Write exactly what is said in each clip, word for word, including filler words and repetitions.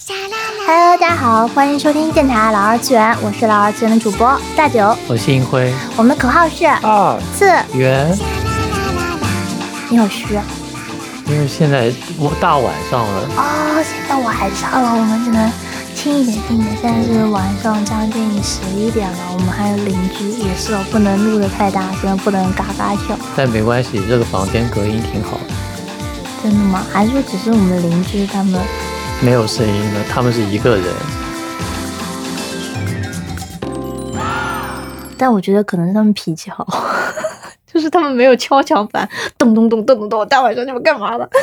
Hello， 大家好，欢迎收听电台老二次元，我是老二次元的主播大九， 我是银辉， 我们的口号是二次元。 你好虚啊？ 因为现在我大晚上了哦，现在晚上了，我们只能轻一点轻一点。现在是晚上将近十一点了，我们还有邻居也是哦，不能录得太大声，不能嘎嘎叫。 但没关系，这个房间隔音挺好。 真的吗？还是说只是我们邻居他们没有声音的，他们是一个人。 但我觉得可能是他们脾气好，就是他们没有敲墙板，咚咚咚咚咚咚，大晚上你们干嘛的？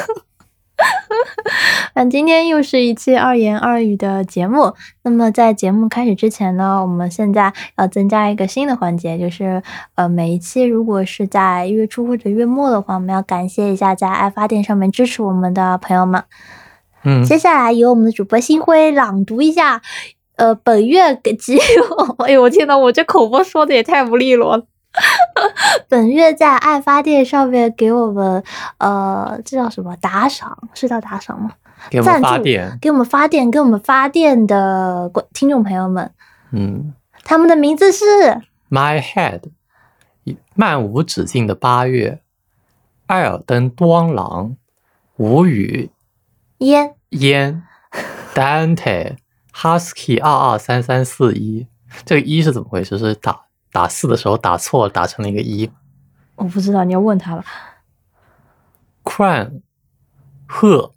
嗯，今天又是一期二言二语的节目。那么在节目开始之前呢，我们现在要增加一个新的环节，就是呃，每一期如果是在月初或者月末的话，我们要感谢一下在爱发电上面支持我们的朋友们。 嗯， 接下来由我们的主播星辉朗读一下，呃，本月给给我，哎呦，我天哪，我这口播说的也太不利落了。本月在爱发电上面给我们呃，这叫什么打赏？是叫打赏吗？ 给我们发电， 给我们发电，给我们发电的听众朋友们， 嗯， 他们的名字是 My Head， 漫无止境的八月，艾尔登多狼，无语， 烟烟 Dante Husky 二二三三四一，这个一是怎么回事？是打打四的时候打错了，打成了一个一。 我不知道，你要问他了。 Crown 鹤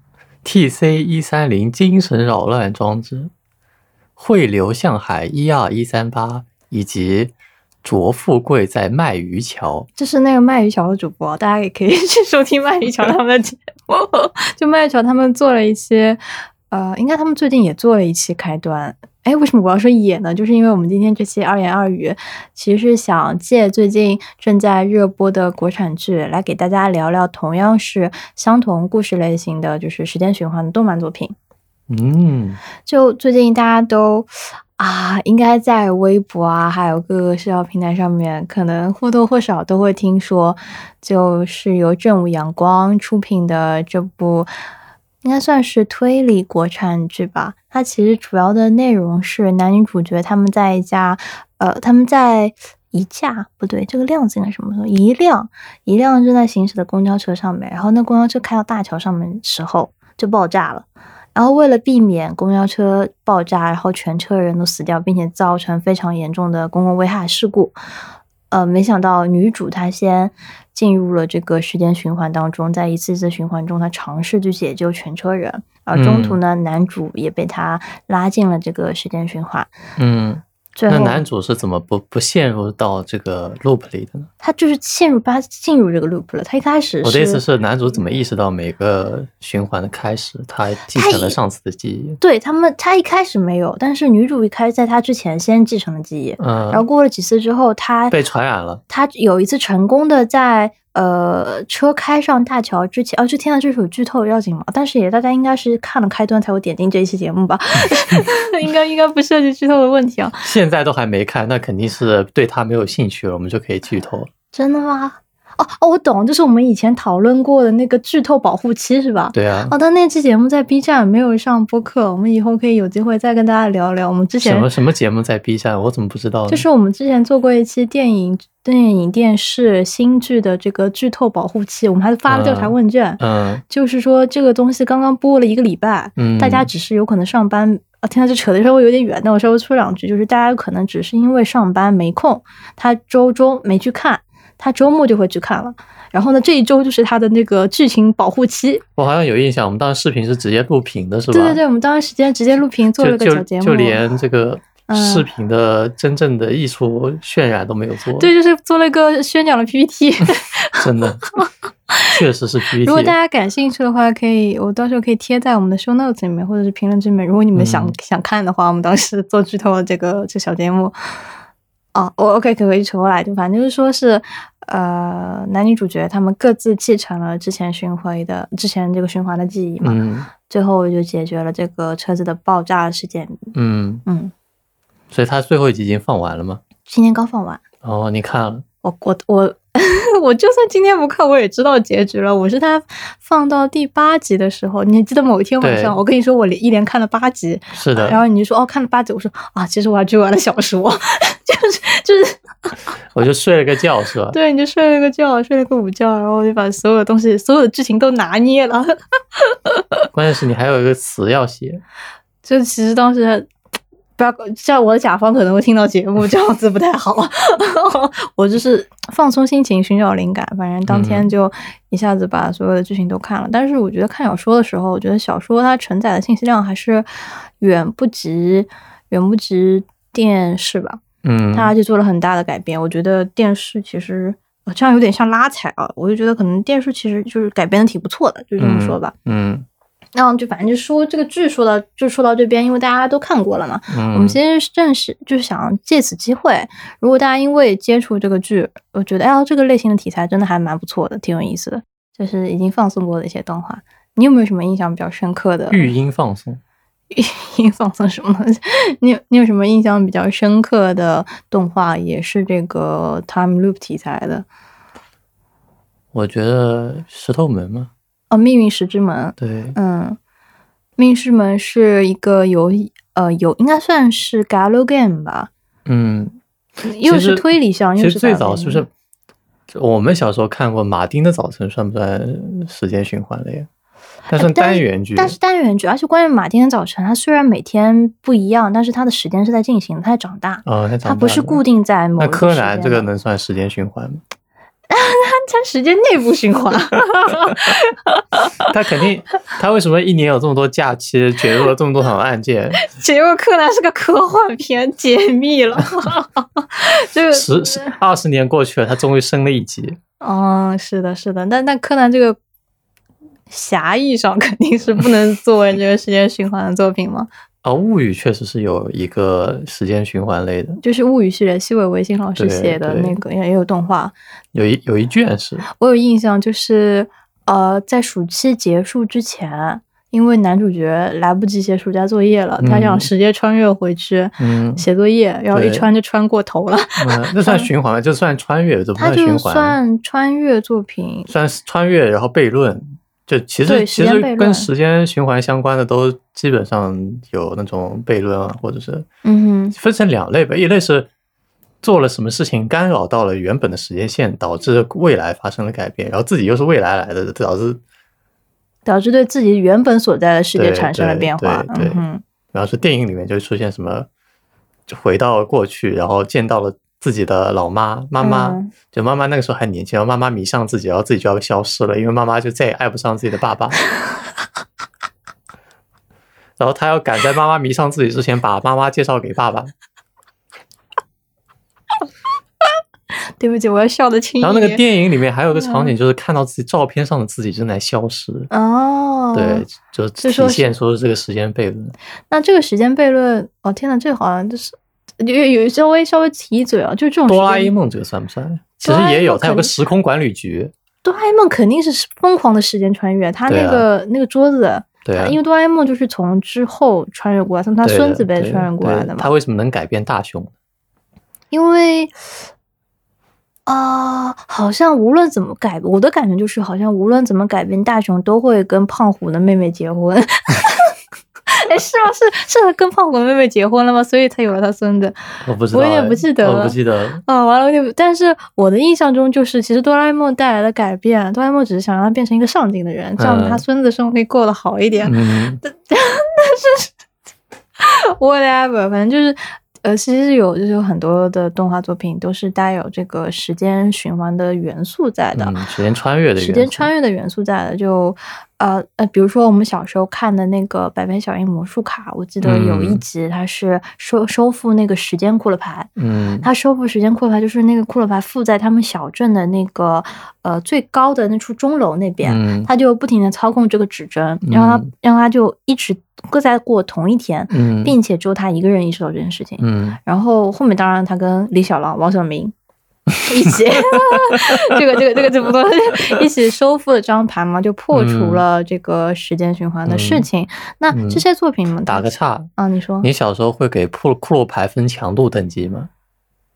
T C 一三零精神扰乱装置，汇流向海一二一三八，以及卓富贵在卖鱼桥。 这是那个卖鱼桥的主播，大家也可以去收听卖鱼桥他们的节目。就卖鱼桥他们做了一些，呃，应该他们最近也做了一期开端。哎，为什么我要说也呢？就是因为我们今天这期二言二语，其实是想借最近正在热播的国产剧来给大家聊聊同样是相同故事类型的，就是时间循环的动漫作品。 嗯， 就最近大家都啊，应该在微博啊，还有各个社交平台上面，可能或多或少都会听说，就是由正午阳光出品的这部。应该算是推理国产剧吧，它其实主要的内容是男女主角他们在一家呃他们在一架不对这个辆字应该什么时候一辆一辆正在行驶的公交车上面，然后那公交车开到大桥上面的时候就爆炸了，然后为了避免公交车爆炸然后全车人都死掉，并且造成非常严重的公共危害事故，呃，没想到女主她先进入了这个时间循环当中，在一次次循环中，她尝试去解救全车人，而中途呢，嗯、男主也被她拉进了这个时间循环。 嗯， 最后那男主是怎么不不陷入到这个 loop 里的呢？ 他就是陷入他进入这个 loop 了。他一开始是我的意思是，男主怎么意识到每个循环的开始，他继承了上次的记忆？ 对他们，他一开始没有，但是女主一开始在他之前先继承了记忆， 嗯， 然后过了几次之后，他被传染了。 他有一次成功的在呃车开上大桥之前，哦，这天呐，这是有剧透要紧吗？但是也大家应该是看了开端才会点进这一期节目吧？应该应该不涉及剧透的问题啊。 现在都还没看，那肯定是对他没有兴趣了，我们就可以剧透了。 真的吗？哦哦，我懂，就是我们以前讨论过的那个剧透保护期是吧？ 对啊。 哦，但那期节目在 B 站没有上播客，我们以后可以有机会再跟大家聊聊。我们之前什么什么节目在 B 站？我怎么不知道呢？ 就是我们之前做过一期电影、电影、电视新剧的这个剧透保护期，我们还发了调查问卷。 嗯，嗯就是说这个东西刚刚播了一个礼拜，嗯，大家只是有可能上班。啊，听到这扯得稍微有点远，但我稍微说两句，就是大家有可能只是因为上班没空，他周中没去看。他周末就会去看了，然后呢，这一周就是他的那个剧情保护期。 我好像有印象，我们当时视频是直接录屏的，是吧？ 对对对，我们当时时间直接录屏做了个小节目， 就, 就, 就连这个视频的真正的艺术渲染都没有做。 对，就是做了一个宣讲的 P P T。 真的，确实是 P P T。 如果大家感兴趣的话，可以，我到时候可以贴在我们的 show notes 里面，或者是评论区里面。如果你们想、嗯、想看的话，我们当时做剧透的这个这小节目。哦，我 OK 可以扯过来，就反正就是说是，呃，男女主角他们各自继承了之前巡回的之前这个循环的记忆嘛，嗯，最后就解决了这个车子的爆炸事件。 嗯嗯，所以他最后一集已经放完了吗？ 今天刚放完。 哦，你看了？ 我我我我就算今天不看，我也知道结局了。我是他放到第八集的时候，你记得某一天晚上，我跟你说我一连看了八集， 是的。 然后你就说哦看了八集，我说啊，其实我还追完了小说，就是就是， 我就睡了个觉是吧？ 对，你就睡了个觉，睡了个午觉，然后我就把所有的东西、所有的剧情都拿捏了。 关键是你还有一个词要写， 就其实当时。不要像我的甲方可能会听到节目，这样子不太好。我就是放松心情，寻找灵感，反正当天就一下子把所有的剧情都看了。嗯、但是我觉得看小说的时候，我觉得小说它承载的信息量还是远不及远不及电视吧。 嗯， 它就做了很大的改变。我觉得电视其实这样有点像拉踩啊，我就觉得可能电视其实就是改编的挺不错的，就这么说吧。 嗯。嗯那就反正就说这个剧说到就说到这边，因为大家都看过了嘛。 嗯、 我们其实正是就是想借此机会，如果大家因为接触这个剧，我觉得哎呀这个类型的题材真的还蛮不错的，挺有意思的，就是已经放送过的一些动画。你有没有什么印象比较深刻的？ 语音放送， 语音放送什么东西？你有你有什么印象比较深刻的动画，也是这个 time loop 题材的？ 我觉得石头门嘛。 哦，命运石之门， 对， 嗯，命运石之门是一个有呃有应该算是 galgame 吧， 嗯， 又是推理向， 其实最早是不是我们小时候看过《马丁的早晨》算不算时间循环类？它是单元剧， 但是单元剧，而且关于马丁的早晨，它虽然每天不一样，但是它的时间是在进行的，它在长大， 哦，它它不是固定在某一个时间。 那柯南这个能算时间循环吗？ 他他时间内部循环， 他肯定，他为什么一年有这么多假期，卷入了这么多场案件？ 结果柯南是个科幻片，解密了。就十十二十年过去了，他终于升了一级。 嗯，是的，是的，但但柯南这个狭义上肯定是不能作为这个时间循环的作品嘛。 啊、哦，物语确实是有一个时间循环类的， 就是物语系列，西尾维新老师写的那个也有动画， 有一有一卷是， 我有印象，就是呃，在暑期结束之前，因为男主角来不及写暑假作业了，嗯、他想直接穿越回去写作业，然后一穿就穿过头了。 嗯，那算循环吗？就算穿越，这不算循环， 它就算穿越作品， 算穿越，然后悖论。就其实其实跟时间循环相关的都基本上有那种悖论啊，或者是嗯哼， 分成两类吧，一类是做了什么事情干扰到了原本的时间线，导致未来发生了改变，然后自己又是未来来的，导致导致对自己原本所在的世界产生了变化。 对，对对嗯、 然后是电影里面就出现什么，就回到过去，然后见到了自己的老妈妈妈、嗯、就妈妈那个时候还年轻，然后妈妈迷上自己，然后自己就要消失了，因为妈妈就再也爱不上自己的爸爸。然后他要赶在妈妈迷上自己之前把妈妈介绍给爸爸。 对不起，我要笑得轻一点。 然后那个电影里面还有个场景，就是看到自己照片上的自己正在消失。 哦， 对，就体现出这个时间悖论。 那这个时间悖论，哦天哪，这个好像就是有有稍微稍微提一嘴啊，就这种哆啦 A 梦这个算不算？其实也有，它有个时空管理局。 哆啦 A 梦肯定是疯狂的时间穿越，他那个、啊、那个桌子。 对、啊， 因为哆啦 A 梦就是从之后穿越过来，从他孙子辈穿越过来的嘛。 他为什么能改变大雄？ 因为啊、呃，好像无论怎么改，我的感觉就是好像无论怎么改变，大雄都会跟胖虎的妹妹结婚。哎，是吗？是是他跟胖虎的妹妹结婚了吗？所以才有了他孙子。 我不知道， 我有点不记得了， 我不记得了。 啊，完了，我有点。但是我的印象中就是，其实哆啦 A 梦带来的改变，哆啦 A 梦只是想让他变成一个上进的人，这样他孙子生活可以过得好一点。 嗯， 但但是 whatever， 反正就是。呃，其实有就是有很多的动画作品都是带有这个时间循环的元素在的， 嗯、时间穿越的元素， 时间穿越的元素在的，就呃呃，比如说我们小时候看的那个《百变小樱魔术卡》，我记得有一集它是收收复那个时间骷髅牌， 嗯， 它收复时间骷髅牌就是那个骷髅牌附在他们小镇的那个呃最高的那处钟楼那边， 嗯， 他就不停的操控这个指针，然后他、嗯、让他就一直各在过同一天， 嗯， 并且只有他一个人意识到这件事情， 嗯， 然后后面当然他跟李小狼、王小明一起，这个这个这个这不多，一起收复了这张牌嘛，就破除了这个时间循环的事情。嗯、那这些作品嘛， 打个岔啊，你说， 你小时候会给骷骷髅牌分强度等级吗？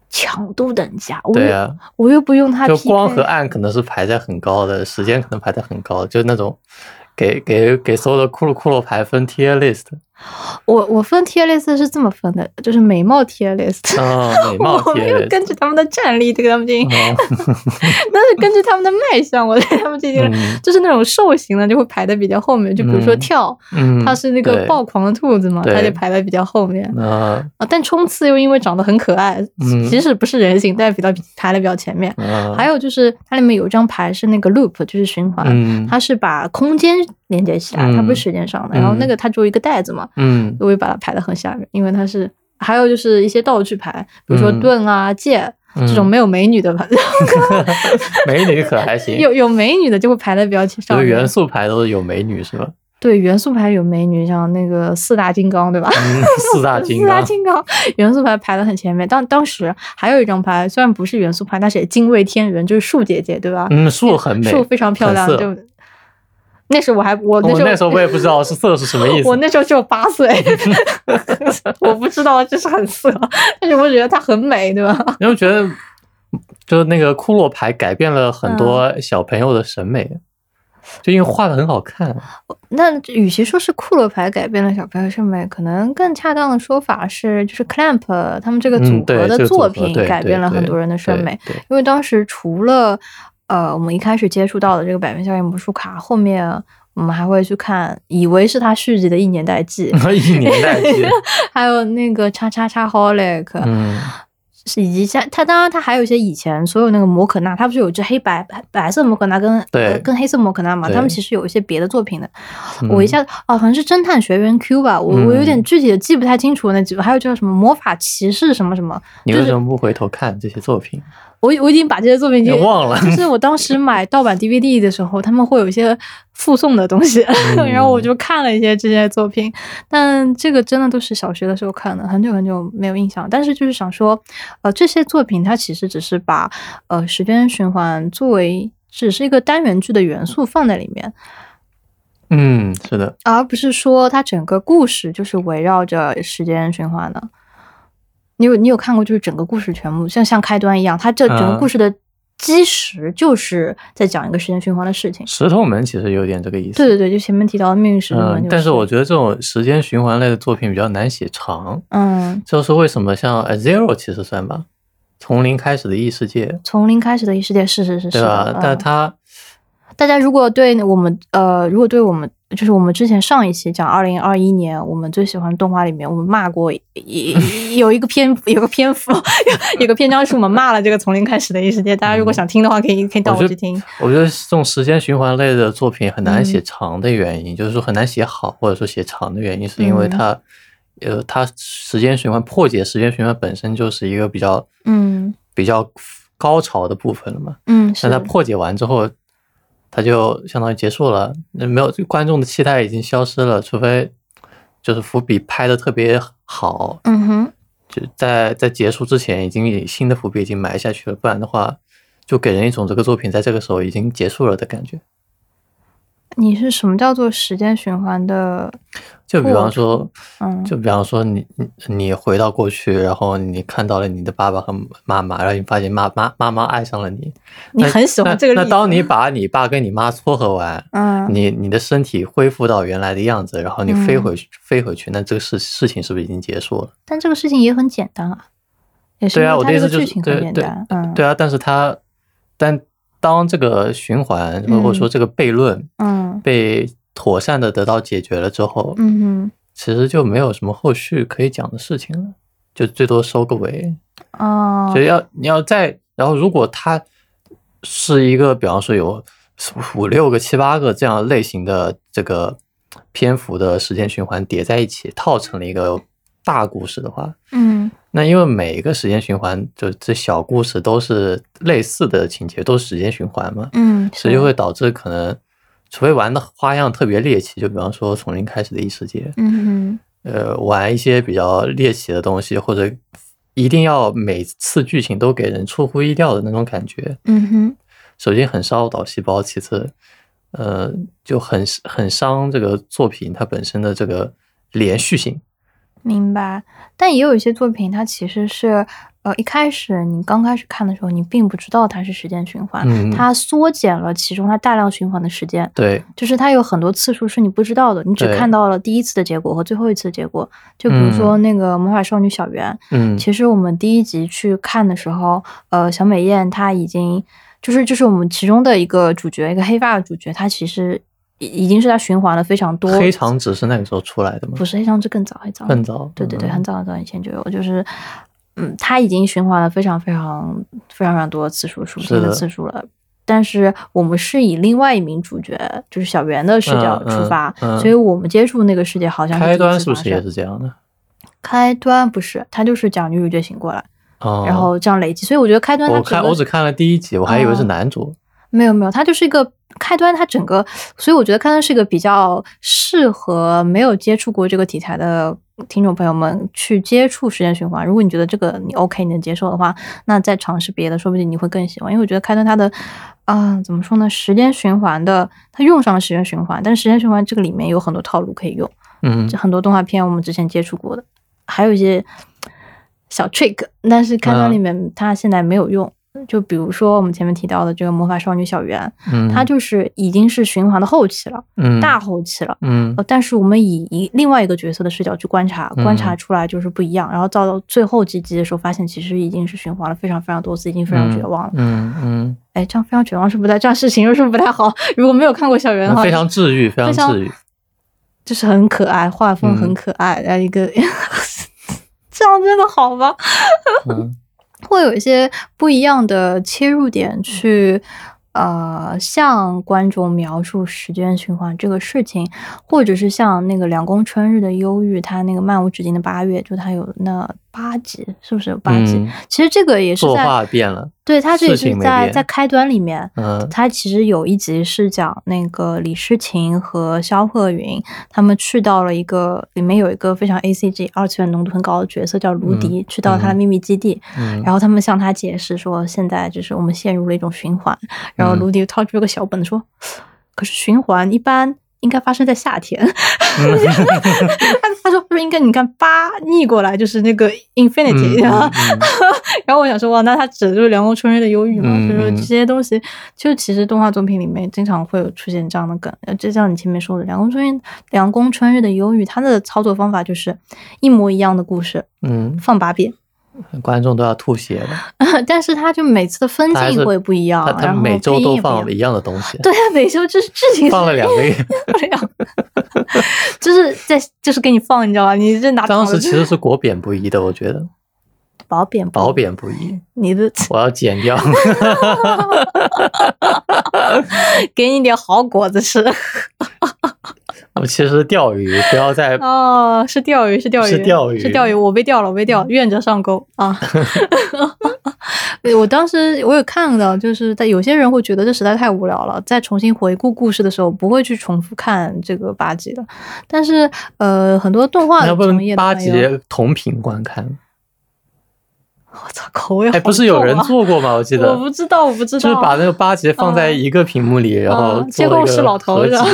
强度等价，我对啊， 我又不用它 P K， 就光和暗可能是排在很高的，时间可能排在很高的，就那种给给给所有的骷髅骷髅牌分 tier list。 我我分 tier list 是这么分的，就是美貌 tier list， 哦，美貌 tier list， 我没有根据他们的战力给他们进行， 哦、 但是根据他们的卖相，我给他们进行、嗯，就是那种兽型的就会排在比较后面，就比如说跳， 嗯， 它是那个暴狂的兔子嘛，它就排在比较后面。 啊， 但冲刺又因为长得很可爱，嗯、即使不是人形，但是比较排在比较前面。 啊、 还有就是它里面有一张牌是那个 loop， 就是循环， 嗯、 它是把空间连接起来，嗯、它不是时间上的。然后那个它就一个袋子嘛， 嗯。 我会把它排得很下面，因为它是还有就是一些道具牌，比如说盾啊、剑、嗯、这种没有美女的牌， 嗯、美女可还行， 有有美女的就会排在比较上面。 元素牌都是有美女是吧？ 对，元素牌有美女，像那个四大金刚，对吧？ 嗯、四大金刚， 四大金刚，元素牌排得很前面。当当时还有一张牌，虽然不是元素牌，但是也惊为天人，就是树姐姐，对吧？ 嗯，树很美， 树非常漂亮，就。那时候我还我那时候、 哦、那时候我也不知道是色是什么意思。 我那时候只有八岁，我不知道这是很色，但是我觉得它很美，对吧？ 因为觉得就是那个骷髅牌改变了很多小朋友的审美，嗯、就因为画的很好看。 那与其说是骷髅牌改变了小朋友审美，可能更恰当的说法是，就是 Clamp 他们这个组合的作品改变了很多人的审美， 嗯、 因为当时除了。呃，我们一开始接触到的这个百元效应魔术卡，后面我们还会去看，以为是他续集的一年代记， 一年代记， 还有那个叉叉叉 Holic， 嗯， 以及像他当然他还有一些以前所有那个摩可纳，他不是有只黑白白色摩可纳跟对、 呃、跟黑色摩可纳嘛？他们其实有一些别的作品的。我一下子哦，好像是侦探学园 Q 吧，我、嗯、我有点具体的记不太清楚那几个，还有叫什么魔法骑士什么什么。 你为什么不回头看这些作品？ 我我已经把这些作品已经忘了， 就是我当时买盗版 D V D 的时候，他们会有一些附送的东西，嗯、然后我就看了一些这些作品，但这个真的都是小学的时候看的，很久很久没有印象。但是就是想说，呃，这些作品它其实只是把呃时间循环作为只是一个单元剧的元素放在里面。 嗯，是的， 而不是说它整个故事就是围绕着时间循环的。你有你有看过就是整个故事全部像像开端一样，它这整个故事的基石就是在讲一个时间循环的事情。 石头门其实有点这个意思。 对对对，就前面提到的命运石头门、就是嗯。 但是我觉得这种时间循环类的作品比较难写长。 嗯， 就是为什么像 Zero 其实算吧，从零开始的异世界。 从零开始的异世界，是是是是。 对吧？嗯、但它， 大家如果对我们呃，如果对我们。就是我们之前上一期讲二零二一年我们最喜欢动画里面，我们骂过有一个篇有个篇幅有个篇章是我们骂了这个从零开始的异世界，大家如果想听的话可以可以到我去听。 我觉得这种时间循环类的作品很难写长的原因、嗯、就是说很难写好，或者说写长的原因是因为它、嗯、呃它时间循环破解时间循环本身就是一个比较嗯比较高潮的部分了嘛。 嗯， 但它破解完之后它就相当于结束了，没有观众的期待已经消失了，除非就是伏笔拍的特别好， 嗯哼， 就在在结束之前已经新的伏笔已经埋下去了，不然的话就给人一种这个作品在这个时候已经结束了的感觉。 你是什么叫做时间循环的？ 就比方说， 嗯， 就比方说你你回到过去，然后你看到了你的爸爸和妈妈，然后你发现妈妈妈妈爱上了你， 你很喜欢这个例子。 那当你把你爸跟你妈撮合完， 嗯， 你你的身体恢复到原来的样子，然后你飞回去、嗯、飞回去，那这个事事情是不是已经结束了？ 但这个事情也很简单啊，也是因为它这个剧情很简单， 嗯，对啊，但是它但当这个循环、嗯、或者说这个悖论， 嗯， 被妥善的得到解决了之后， 嗯哼， 其实就没有什么后续可以讲的事情了，就最多收个尾。 哦， 所以要你要再，然后如果它是一个，比方说有五六个、七八个这样类型的这个篇幅的时间循环叠在一起，套成了一个大故事的话， 嗯， 那因为每一个时间循环，就这小故事都是类似的情节，都是时间循环嘛， 嗯， 所以就会导致可能。除非玩的花样特别猎奇，就比方说从零开始的异世界， 嗯哼，呃，玩一些比较猎奇的东西，或者一定要每次剧情都给人出乎意料的那种感觉， 嗯哼， 首先很烧脑细胞，其次，呃，就很很伤这个作品它本身的这个连续性。 明白，但也有一些作品它其实是呃，一开始你刚开始看的时候，你并不知道它是时间循环， 嗯它缩减了其中它大量循环的时间。 对， 就是它有很多次数是你不知道的，你只对看到了第一次的结果和最后一次的结果。就比如说那个魔法少女小圆， 嗯， 其实我们第一集去看的时候，呃，小美艳她已经就是就是我们其中的一个主角，一个黑发的主角，她其实已已经是她循环了非常多。 黑长直是那个时候出来的吗？ 不是，黑长直更早，很早， 更早。 对对对， 嗯、 很早很早以前就有，就是。嗯，他已经循环了非常非常非常非常多的次数，数不清的次数了。但是我们是以另外一名主角，就是小圆的视角出发， 嗯嗯嗯、 所以我们接触那个世界好像是开端是不是也是这样的？ 开端不是，他就是讲女主角醒过来， 哦、 然后这样累积。所以我觉得开端他我看我只看了第一集，我还以为是男主。 嗯、没有没有，他就是一个。开端它整个，所以我觉得开端是一个比较适合没有接触过这个题材的听众朋友们去接触时间循环。如果你觉得这个你 OK 你能接受的话，那再尝试别的，说不定你会更喜欢。因为我觉得开端它的啊、呃、怎么说呢，时间循环的它用上了时间循环，但是时间循环这个里面有很多套路可以用， 嗯， 很多动画片我们之前接触过的，还有一些小 trick， 但是开端里面它现在没有用。嗯就比如说我们前面提到的这个魔法少女小圆， 嗯， 它就是已经是循环的后期了， 嗯， 大后期了， 嗯、 呃，但是我们以一另外一个角色的视角去观察，观察出来就是不一样，嗯、然后到到最后几集的时候，发现其实已经是循环了非常非常多次，已经非常绝望了。 嗯嗯， 哎、嗯，这样非常绝望是不太，这样事情又是不是不太好？如果没有看过小圆的话， 非常治愈，非常治愈， 就是很可爱，画风很可爱，然后、嗯、一个这样真的好吗？ 嗯。 会有一些不一样的切入点去呃向观众描述时间循环这个事情，或者是像那个凉宫春日的忧郁，他那个漫无止境的八月，就他有那八集，是不是有八集、嗯、其实这个也是在作画变了， 对，他这也是在在开端里面， 嗯， 他其实有一集是讲那个李诗情和萧鹤云他们去到了一个里面有一个非常 A C G 二次元浓度很高的角色叫卢迪、嗯、去到他的秘密基地、嗯、然后他们向他解释说现在就是我们陷入了一种循环，然后卢迪掏出一个小本子说、嗯、可是循环一般应该发生在夏天、嗯、他说不是应该你看八逆过来就是那个 infinity、嗯嗯、然后我想说哇那他指的就是凉宫春日的忧郁嘛、嗯、所以说这些东西就其实动画作品里面经常会有出现这样的梗，就像你前面说的凉宫春日凉宫春日的忧郁，他的操作方法就是一模一样的故事嗯，放八遍观众都要吐血了但是他就每次的分镜会不一样， 他他每周都放了一样的东西， 对啊，每周就是剧情放了两个月就是在就是给你放，你知道吧？你这拿当时其实是国扁不一的，我觉得褒贬褒贬不一， 你的我要剪掉给你点好果子吃我其实是钓鱼，不要再哦，是钓鱼，是钓鱼， 是钓鱼， 是钓鱼，我被钓了，我被钓了，愿者上钩啊！我当时我有看到，就是在有些人会觉得这实在太无聊了，在重新回顾故事的时候，不会去重复看这个八集的。但是呃，很多动画的从业的八集同屏观看。 我操，口味好重啊！ 哎，不是有人做过吗？我记得， 我不知道，我不知道， 就是把那个八集放在一个屏幕里，嗯、然后结果是老头是吧？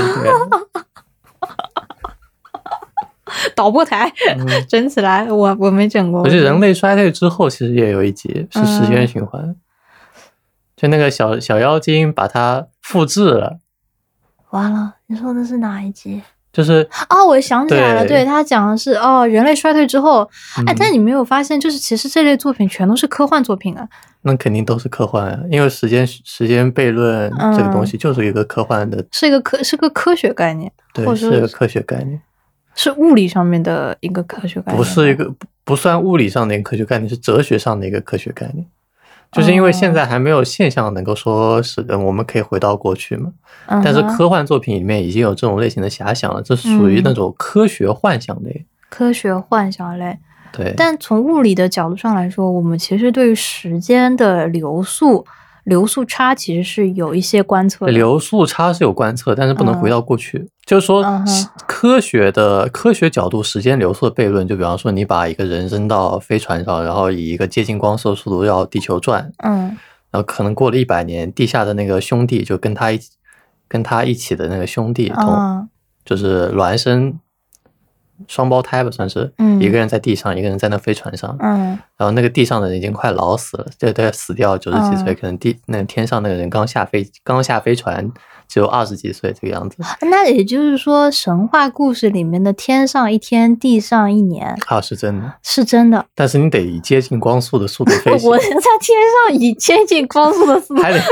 导播台、嗯、整起来，我我没整过。 而且人类衰退之后，其实也有一集是时间循环，嗯、就那个小小妖精把它复制了。 完了，你说的是哪一集？ 就是哦，我想起来了，对，他讲的是哦，人类衰退之后，嗯、哎，但你没有发现，就是其实这类作品全都是科幻作品啊。 那肯定都是科幻啊，因为时间时间悖论这个东西就是一个科幻的， 嗯、是一个科是个科学概念， 对， 或者是一个科学概念。 是物理上面的一个科学概念， 不是一个不算物理上的一个科学概念，是哲学上的一个科学概念。就是因为现在还没有现象能够说使得我们可以回到过去嘛，嗯、但是科幻作品里面已经有这种类型的遐想了，这属于那种科学幻想类。 嗯、科学幻想类， 对。 但从物理的角度上来说，我们其实对于时间的流速。流速差其实是有一些观测的， 流速差是有观测，但是不能回到过去。嗯、就是说，嗯、科学的科学角度，时间流速的悖论，就比方说，你把一个人扔到飞船上，然后以一个接近光速的速度绕地球转， 嗯， 然后可能过了一百年，地下的那个兄弟就跟他一跟他一起的那个兄弟同，嗯、就是孪生双胞胎吧，算是， 嗯一个人在地上，一个人在那飞船上， 嗯然后那个地上的人已经快老死了，就他死掉九十几岁， 嗯可能地那个天上那个人刚下飞刚下飞船，只有二十几岁这个样子。 那也就是说，神话故事里面的天上一天，地上一年啊，是真的， 是真的。 但是你得以接近光速的速度飞行， 我在天上以接近光速的速度， 还得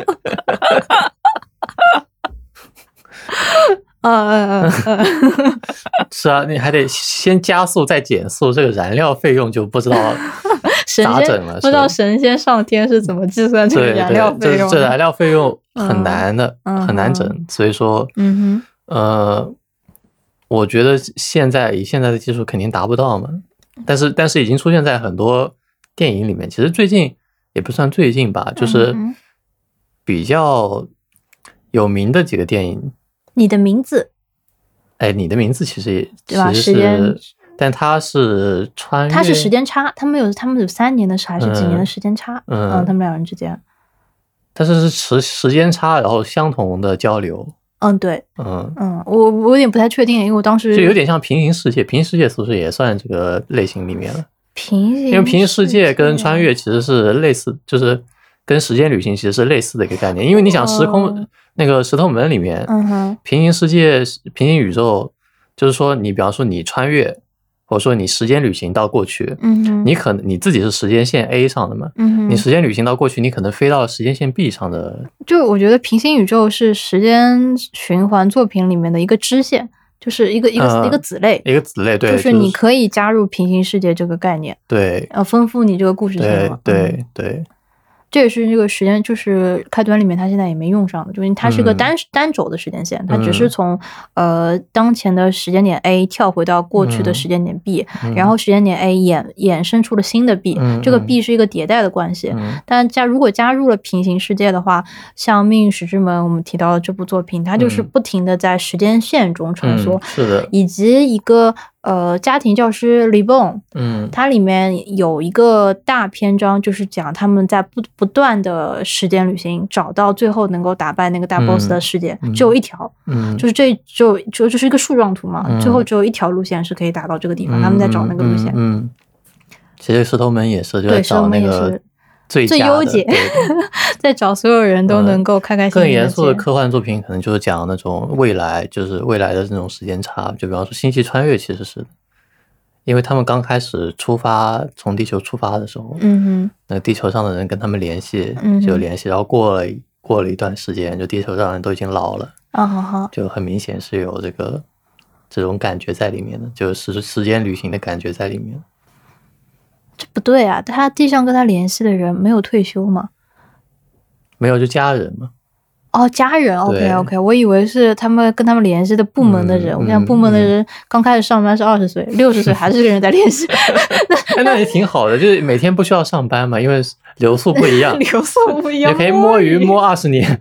嗯嗯嗯嗯， 是啊，你还得先加速再减速，这个燃料费用就不知道神仙咋整了， 不知道神仙上天是怎么计算这个对燃料费对， 用的？ 这这燃料费用很难的， 嗯很难整，所以说， 嗯哼，呃，我觉得现在以现在的技术肯定达不到嘛，但是但是已经出现在很多电影里面，其实最近也不算最近吧，就是比较有名的几个电影。 你的名字， 哎，你的名字其实也对吧？ 其实是，但它是穿越， 它是时间差，他们有他们有三年的还是几年的时间差？ 嗯， 嗯他们两人之间， 但是是时时间差，然后相同的交流。 嗯，对， 嗯嗯，我我有点不太确定，因为我当时就有点像平行世界，平行世界是不是也算这个类型里面了？ 平行， 因为平行世界跟穿越其实是类似，就是跟时间旅行其实是类似的一个概念。因为你想时空、哦、那个石头门里面， 嗯哼， 平行世界、平行宇宙，就是说你比方说你穿越，或者说你时间旅行到过去， 嗯哼， 你可能你自己是时间线 A 上的嘛， 嗯哼， 你时间旅行到过去，你可能飞到时间线 B 上的。 就我觉得平行宇宙是时间循环作品里面的一个支线。就是一个一个、呃、一个子类， 一个子类，对， 就是你可以加入平行世界这个概念， 对， 呃，丰富你这个故事线嘛， 对对对。嗯这也是这个时间，就是开端里面它现在也没用上的，就是它是个单、嗯、单轴的时间线，它只是从、嗯、呃当前的时间点 A 跳回到过去的时间点 B，、嗯、然后时间点 A 衍衍生出了新的 B，、嗯、这个 B 是一个迭代的关系。嗯、但加如果加入了平行世界的话，像《命运石之门》我们提到的这部作品，它就是不停的在时间线中穿梭， 嗯、是的， 以及一个。呃，家庭教师 Reborn， 嗯， 它里面有一个大篇章，就是讲他们在不不断的时间旅行，找到最后能够打败那个大 boss 的世界， 嗯、 只有一条， 嗯， 就是这就就就是一个树状图嘛， 嗯、 最后只有一条路线是可以打到这个地方，嗯、他们在找那个路线。 嗯，嗯其实石头门也是就在找那个最最优解，在找所有人都能够开开心心的、 嗯。更严肃的科幻作品可能就是讲那种未来，就是未来的那种时间差，就比方说《星际穿越》其实是的。因为他们刚开始出发，从地球出发的时候， 嗯哼， 那地球上的人跟他们联系， 嗯、 就联系，然后过了过了一段时间，就地球上人都已经老了， 啊好好， 就很明显是有这个这种感觉在里面的，就是时间旅行的感觉在里面。 这不对啊，他地上跟他联系的人没有退休吗？ 没有，就家人嘛。 哦，家人 ，OK OK， 我以为是他们跟他们联系的部门的人。嗯、我想部门的人刚开始上班是二十岁，六十岁还是跟人在联系。 那那也挺好的，就是每天不需要上班嘛，因为流速不一样， 流速不一样， 也可以摸鱼摸二十年。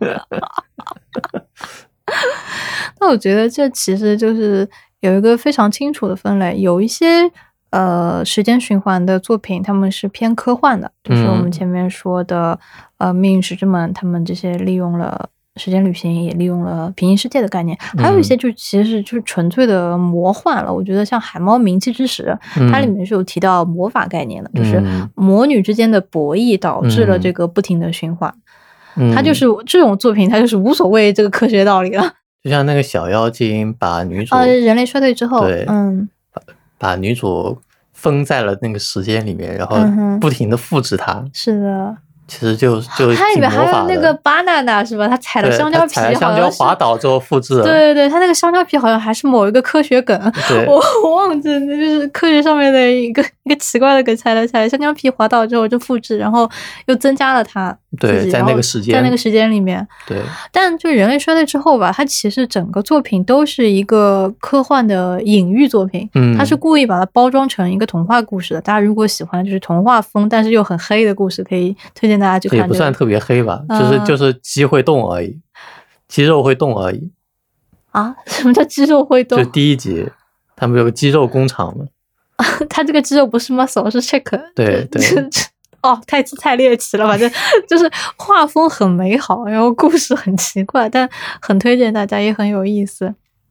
那我觉得这其实就是有一个非常清楚的分类，有一些呃时间循环的作品，他们是偏科幻的，就是我们前面说的、嗯、呃《命运石之门》，他们这些利用了。时间旅行也利用了平行世界的概念，还有一些就其实是就是纯粹的魔幻了。嗯、我觉得像《海猫鸣泣之时》嗯，它里面是有提到魔法概念的，嗯、就是魔女之间的博弈导致了这个不停的循环。嗯、它就是这种作品，它就是无所谓这个科学道理了。 就像那个小妖精把女主呃人类衰退之后， 对， 嗯， 把把女主封在了那个时间里面，然后不停的复制它。 嗯、是的。 其实就就它里面还有那个 banana 是吧？他踩了香蕉皮， 踩了香蕉滑倒之后复制了。 对对对，他那个香蕉皮好像还是某一个科学梗，我我忘记，那就是科学上面的一个一个奇怪的梗，踩了踩了香蕉皮滑倒之后就复制，然后又增加了它。 对，在那个时间， 在那个时间里面， 对。 但就人类衰退之后吧，它其实整个作品都是一个科幻的隐喻作品，嗯，它是故意把它包装成一个童话故事的。大家如果喜欢就是童话风，但是又很黑的故事，可以推荐大家去看、这个。 也不算特别黑吧，嗯、就是就是鸡会动而已，肌肉会动而已。 啊？什么叫肌肉会动？ 就第一集，他们有个肌肉工厂嘛。 他这个肌肉不是 muscle， 是 check。 对对。 哦，太太猎奇了，反正就是画风很美好，然后故事很奇怪，但很推荐大家，也很有意思。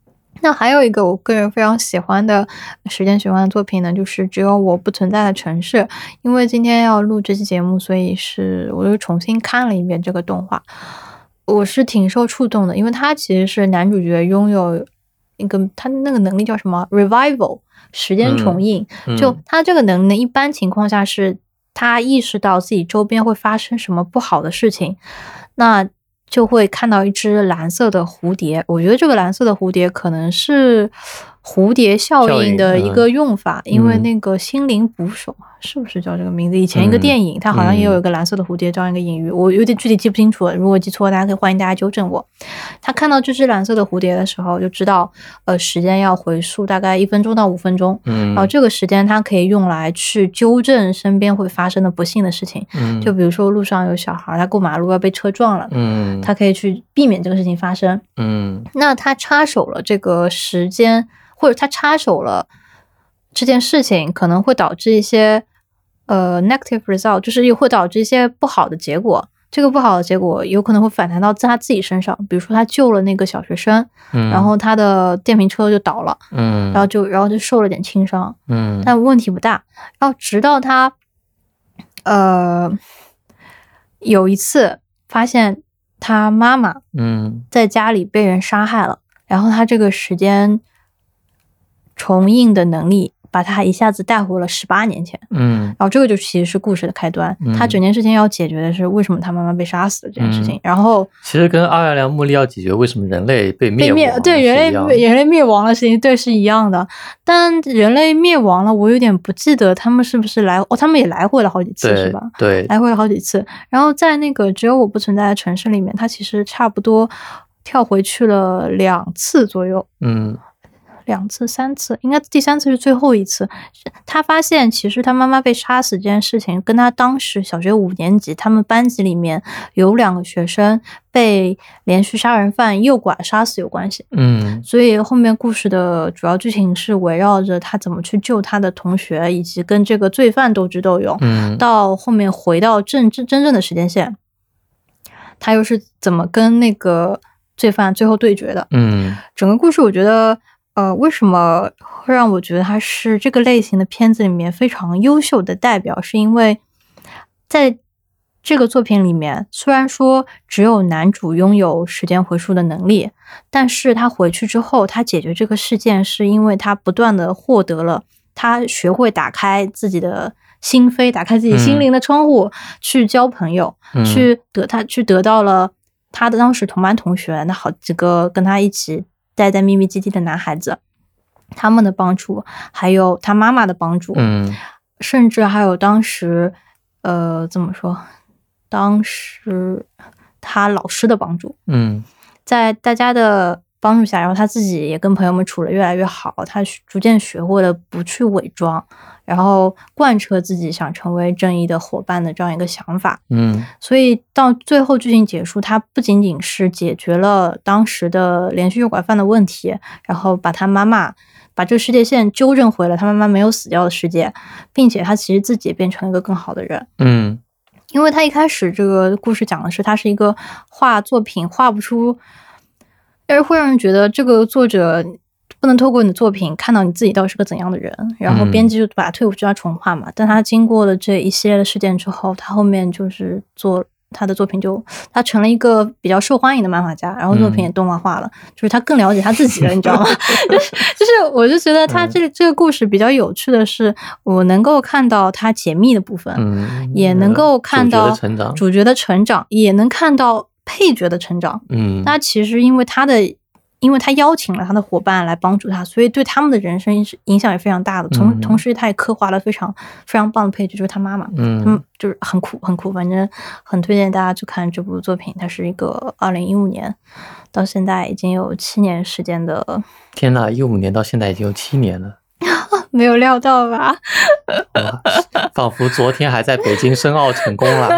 那还有一个我个人非常喜欢的时间循环的作品呢，就是《只有我不存在的城市》。因为今天要录这期节目，所以是我又重新看了一遍这个动画，我是挺受触动的，因为他其实是男主角拥有一个他那个能力叫什么 revival 时间重映、嗯嗯、就他这个能力一般情况下是他意识到自己周边会发生什么不好的事情，那就会看到一只蓝色的蝴蝶。我觉得这个蓝色的蝴蝶可能是蝴蝶效应的一个用法、嗯、因为那个心灵捕手是不是叫这个名字，以前一个电影、嗯、它好像也有一个蓝色的蝴蝶这样一个隐喻、嗯、我有点具体记不清楚了，如果记错大家可以欢迎大家纠正我。他看到这只蓝色的蝴蝶的时候就知道呃，时间要回溯大概一分钟到五分钟，嗯，然后这个时间他可以用来去纠正身边会发生的不幸的事情，嗯，就比如说路上有小孩他过马路要被车撞了，嗯，他可以去避免这个事情发生，嗯，那他插手了这个时间，或者他插手了这件事情可能会导致一些呃 negative result， 就是又会导致一些不好的结果，这个不好的结果有可能会反弹到他自己身上，比如说他救了那个小学生、嗯、然后他的电瓶车就倒了，嗯，然后就然后就受了点轻伤，嗯，但问题不大。然后直到他呃有一次发现他妈妈嗯在家里被人杀害了、嗯、然后他这个时间重映的能力把他一下子带回了十八年前，嗯，然后这个就其实是故事的开端、嗯、他整件事情要解决的是为什么他妈妈被杀死的这件事情、嗯、然后其实跟奥亚良穆利要解决为什么人类被灭亡被灭对人类人类灭亡的事情对是一样的，但人类灭亡了我有点不记得他们是不是来哦，他们也来回了好几次是吧？ 对， 来回了好几次。然后在那个只有我不存在的城市里面，他其实差不多跳回去了两次左右，嗯，两次三次，应该第三次是最后一次。他发现其实他妈妈被杀死这件事情跟他当时小学五年级他们班级里面有两个学生被连续杀人犯诱拐杀死有关系，嗯，所以后面故事的主要剧情是围绕着他怎么去救他的同学，以及跟这个罪犯斗智斗勇，嗯，到后面回到正真正的时间线，他又是怎么跟那个罪犯最后对决的，嗯，整个故事我觉得呃，为什么会让我觉得它是这个类型的片子里面非常优秀的代表，是因为在这个作品里面虽然说只有男主拥有时间回溯的能力，但是他回去之后他解决这个事件是因为他不断的获得了，他学会打开自己的心扉，打开自己心灵的窗户、嗯、去交朋友、嗯、去得他去得到了他的当时同班同学那好几个跟他一起待在秘密基地的男孩子他们的帮助，还有他妈妈的帮助，嗯，甚至还有当时呃怎么说当时他老师的帮助，嗯，在大家的帮助下，然后他自己也跟朋友们处得越来越好，他逐渐学会了不去伪装，然后贯彻自己想成为正义的伙伴的这样一个想法，嗯，所以到最后剧情结束，他不仅仅是解决了当时的连续诱拐犯的问题，然后把他妈妈把这个世界线纠正回了他妈妈没有死掉的世界，并且他其实自己也变成了一个更好的人，嗯，因为他一开始这个故事讲的是他是一个画作品画不出，但是会让人觉得这个作者不能透过你的作品看到你自己到底是个怎样的人，然后编辑就把他退回去要重画嘛、嗯、但他经过了这一系列的事件之后，他后面就是做他的作品就他成了一个比较受欢迎的漫画家，然后作品也动画化了、嗯、就是他更了解他自己了你知道吗就是就是我就觉得他这个、嗯、这个故事比较有趣的是我能够看到他解密的部分、嗯、也能够看到主角的成长，主角的成长也能看到配角的成长，嗯，那其实因为他的因为他邀请了他的伙伴来帮助他，所以对他们的人生影响也非常大的。同、嗯、同时，他也刻画了非常非常棒的配角，就是他妈妈，嗯，他们就是很酷很酷，反正很推荐大家去看这部作品。它是一个二零一五年到现在已经有七年时间的。 天哪，一五年到现在已经有七年了， 没有料到吧？ 仿佛昨天还在北京申奥成功了。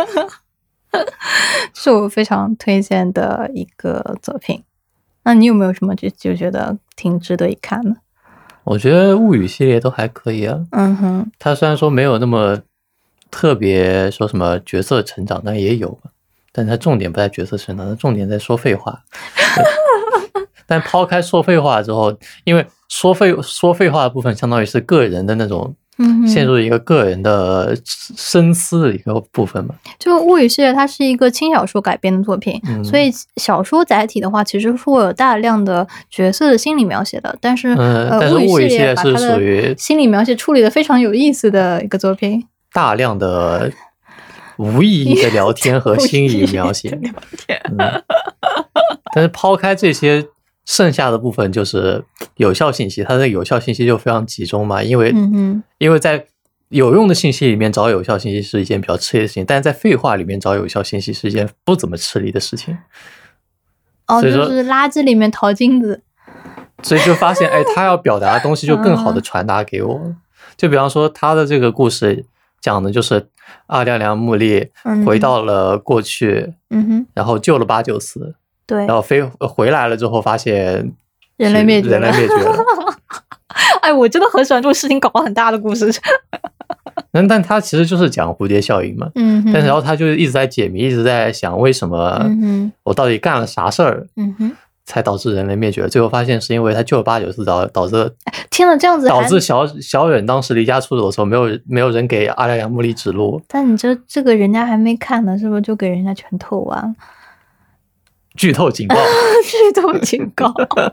是我非常推荐的一个作品。那你有没有什么就就觉得挺值得一看的？ 我觉得物语系列都还可以啊。嗯哼，它虽然说没有那么特别说什么角色成长，但也有，但它重点不在角色成长，它重点在说废话。 但抛开说废话之后，因为说废说废话的部分相当于是个人的那种。 嗯， 陷入一个个人的深思的一个部分嘛。 就物语系列它是一个轻小说改编的作品， 嗯、 所以小说载体的话其实是会有大量的角色的心理描写的，但是、 嗯、 呃， 但是物语系列把它的心理描写处理的非常有意思的一个作品， 大量的无意义的聊天和心理描写。 聊天嗯、但是抛开这些。剩下的部分就是有效信息，它的有效信息就非常集中嘛，因为、 嗯、 因为在有用的信息里面找有效信息是一件比较吃力的事情，但是在废话里面找有效信息是一件不怎么吃力的事情。 哦，就是垃圾里面淘金子， 所以就发现，哎，他要表达的东西就更好的传达给我。嗯、就比方说，他的这个故事讲的就是阿亮亮木莉回到了过去， 嗯哼， 然后救了八九四。 对， 然后飞回来了之后，发现人类灭绝， 人类灭绝了。 哎，我真的很喜欢这种事情搞很大的故事。 但但他其实就是讲蝴蝶效应嘛。 嗯， 但是然后他就一直在解谜，一直在想为什么我到底干了啥事儿， 嗯哼， 才导致人类灭绝。最后发现是因为他救了八九次，导导致天哪，这样子导致小小忍当时离家出走的时候，没有没有人给阿亮木莉指路。 但你这这个人家还没看呢，是不是就给人家全透完？ 剧透警告！ 剧透警告！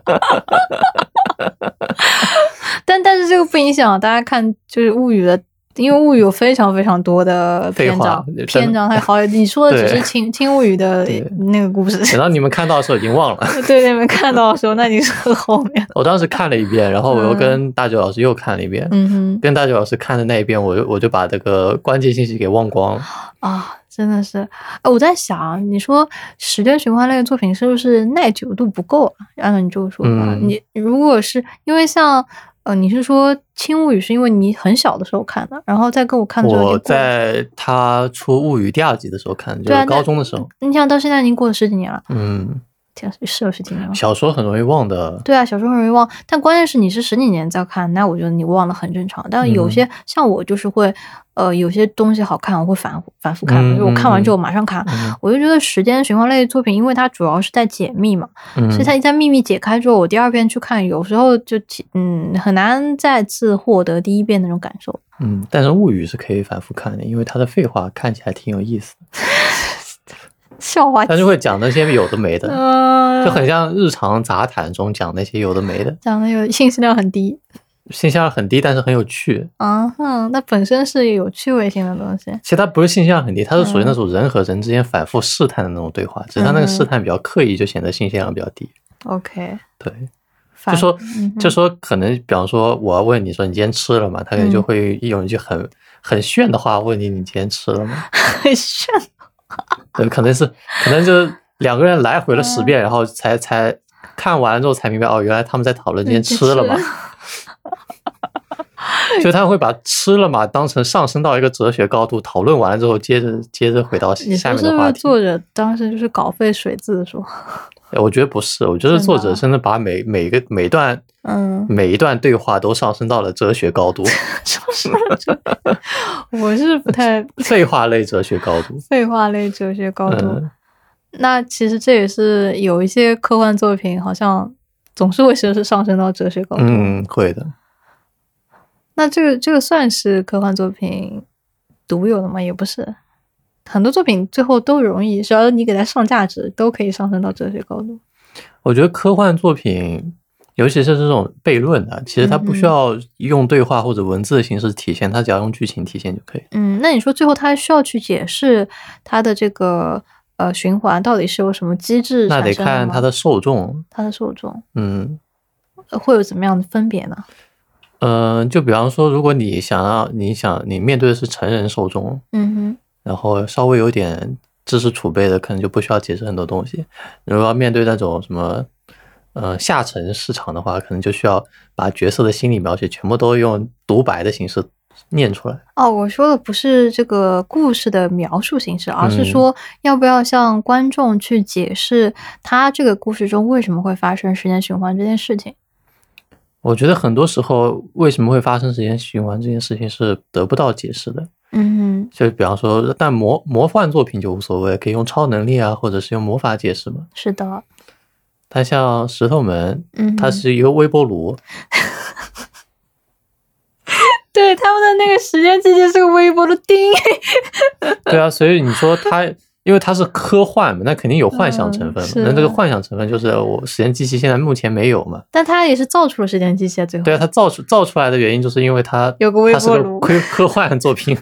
但但是这个不影响大家看，就是物语的，因为物语有非常非常多的篇章，篇章还好。你说的只是轻轻物语的那个故事， 等到你们看到的时候已经忘了。 对，你们看到的时候，那你是后面。 我当时看了一遍，然后我又跟大九老师又看了一遍。 嗯哼， 跟大九老师看的那一遍，我就我就把这个关键信息给忘光了。 啊。真的是，我在想，你说时间循环类的作品是不是耐久度不够啊？按照你这个说法，嗯、你如果是因为像呃，你是说《轻物语》是因为你很小的时候看的，然后再跟我看的时候， 我在他出《物语》第二集的时候看的，就是高中的时候。 你想到现在已经过了十几年了， 嗯。 是有十几年了。 小说很容易忘的。 对啊，小说很容易忘，但关键是你是十几年再看，那我觉得你忘了很正常。但有些、嗯、像我就是会，呃，有些东西好看，我会反反复看，嗯、就是我看完之后马上看。嗯、我就觉得时间循环类的作品，因为它主要是在解密嘛，嗯、所以它一旦秘密解开之后，我第二遍去看，有时候就嗯很难再次获得第一遍那种感受。 嗯，但是物语是可以反复看的，因为它的废话看起来挺有意思的。 笑话， 他就会讲那些有的没的，呃、就很像日常杂谈中讲那些有的没的， 讲的有信息量很低， 信息量很低，但是很有趣。 啊哼，那本身是有趣味性的东西。 其实它不是信息量很低，它是属于那种人和人之间反复试探的那种对话，嗯、只是它那个试探比较刻意，就显得信息量比较低。 OK， 对，就说、嗯、就说可能，比方说我要问你说你今天吃了吗？他可能就会用一句很、嗯、很炫的话问你你今天吃了吗？ 很炫。 对，可能是，可能就是两个人来回了十遍，然后才才看完了之后才明白，哦，原来他们在讨论今天吃了嘛。所以他会把吃了嘛当成上升到一个哲学高度，讨论完了之后，接着接着回到下面的话题。 你说是不是作者当时就是稿费水字说？ 我觉得不是，我觉得作者真的把每每个每段嗯每一段对话都上升到了哲学高度。 我是不太废话类哲学高度， 废话类哲学高度。嗯、那其实这也是有一些科幻作品好像总是会是上升到哲学高度。 嗯，会的。 那这个这个算是科幻作品独有的吗？也不是。很多作品最后都容易，只要你给它上价值，都可以上升到哲学高度。 我觉得科幻作品，尤其是这种悖论的，其实它不需要用对话或者文字的形式体现，它只要用剧情体现就可以。 嗯，那你说最后它需要去解释它的这个呃循环到底是有什么机制产生的吗？ 那得看它的受众， 它的受众， 嗯， 会有怎么样的分别呢？ 嗯、呃，就比方说，如果你想要，你想你面对的是成人受众， 嗯哼。 然后稍微有点知识储备的，可能就不需要解释很多东西。如果要面对那种什么，呃，下沉市场的话，可能就需要把角色的心理描写全部都用独白的形式念出来。 哦，我说的不是这个故事的描述形式，而是说要不要向观众去解释他这个故事中为什么会发生时间循环这件事情。 我觉得很多时候为什么会发生时间循环这件事情是得不到解释的。 嗯， 就比方说，但魔魔幻作品就无所谓，可以用超能力啊，或者是用魔法解释嘛。 是的， 它像石头门， 嗯， 它是一个微波炉。 对，他们的那个时间机器是个微波炉叮。 对啊，所以你说它，因为它是科幻嘛，那肯定有幻想成分嘛。 嗯、 那这个幻想成分就是我时间机器现在目前没有嘛。 但它也是造出了时间机器啊，最后。 对啊，它造出造出来的原因就是因为它有个微波炉， 它是个科科幻作品。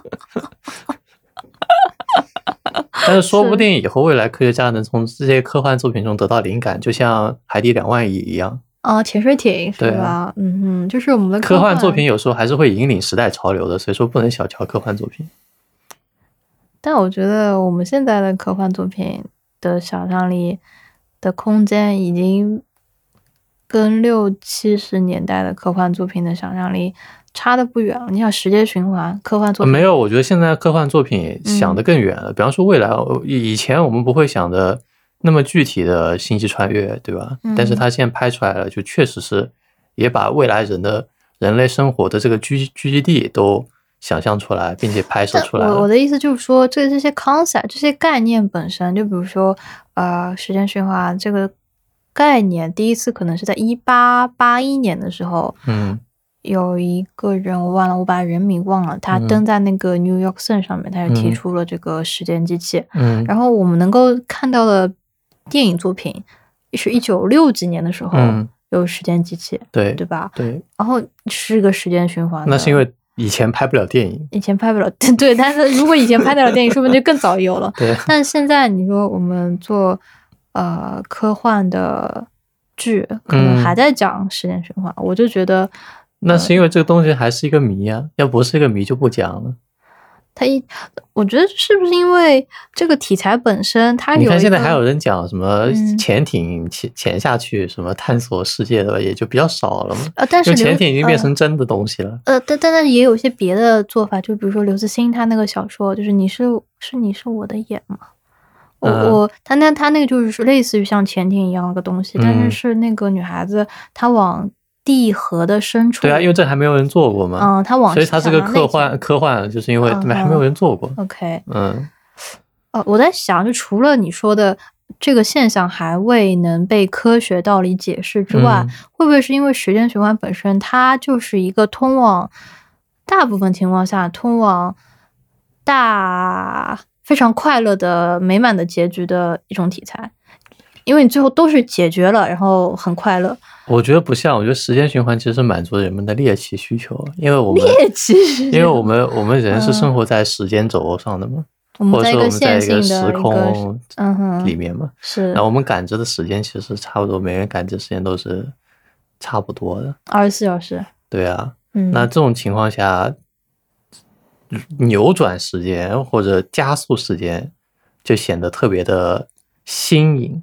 但是说不定以后未来科学家能从这些科幻作品中得到灵感，就像《海底两万里》一样。 啊，潜水艇是吧？ 啊、 嗯嗯，就是我们的科幻作品有时候还是会引领时代潮流的，所以说不能小瞧科幻作品。 但我觉得我们现在的科幻作品的想象力的空间已经跟六七十年代的科幻作品的想象力差得不远了。你想时间循环科幻作品、 呃、没有，我觉得现在科幻作品想得更远了、嗯、比方说未来以前我们不会想的那么具体的星际穿越，对吧、嗯、但是他现在拍出来了，就确实是也把未来人的人类生活的这个居居基地都想象出来并且拍摄出来了。 我我的意思就是说，这这些 concept 这些概念本身，就比如说呃时间循环这个概念，第一次可能是在一八八一年的时候， 嗯， 有一个人我忘了，我把人名忘了，他登在那个 New York Sun 上面，他就提出了这个时间机器。 嗯， 然后我们能够看到的电影作品是一九六几年的时候、嗯、有时间机器， 对对吧？ 对， 然后是个时间循环的。 那是因为以前拍不了电影， 以前拍不了，对，但是如果以前拍得了电影，说不定就更早有了。 对， 但是现在你说我们做呃科幻的剧，可能还在讲时间循环、嗯，我就觉得那是因为这个东西还是一个谜啊，呃、要不是一个谜就不讲了。 它一，我觉得是不是因为这个题材本身，它有你看现在还有人讲什么潜艇潜潜下去什么探索世界的，也就比较少了嘛。 呃，但是潜艇已经变成真的东西了。 呃，但但是也有一些别的做法，就比如说刘慈欣他那个小说，就是你是是你是我的眼嘛。我、嗯、我他那他那个就是类似于像潜艇一样的东西，嗯、但是是那个女孩子她往地核的深处。 对啊，因为这还没有人做过嘛。 嗯，她往所以它是个科幻科幻，就是因为还没有人做过。 嗯、OK， 嗯， 呃，我在想，就除了你说的这个现象还未能被科学道理解释之外，嗯、会不会是因为时间循环本身它就是一个通往大部分情况下通往大非常快乐的美满的结局的一种题材？因为你最后都是解决了，然后很快乐。 我觉得不像，我觉得时间循环其实是满足人们的猎奇需求，因为我们猎奇需求， 因为我们我们人是生活在时间轴络上的嘛， 嗯、 或者说我们在一个时空里面嘛， 嗯、是。 那我们感知的时间其实差不多，每个人感知时间都是差不多的， 二十四小时。 对啊， 嗯， 那这种情况下，扭转时间或者加速时间，就显得特别的新颖。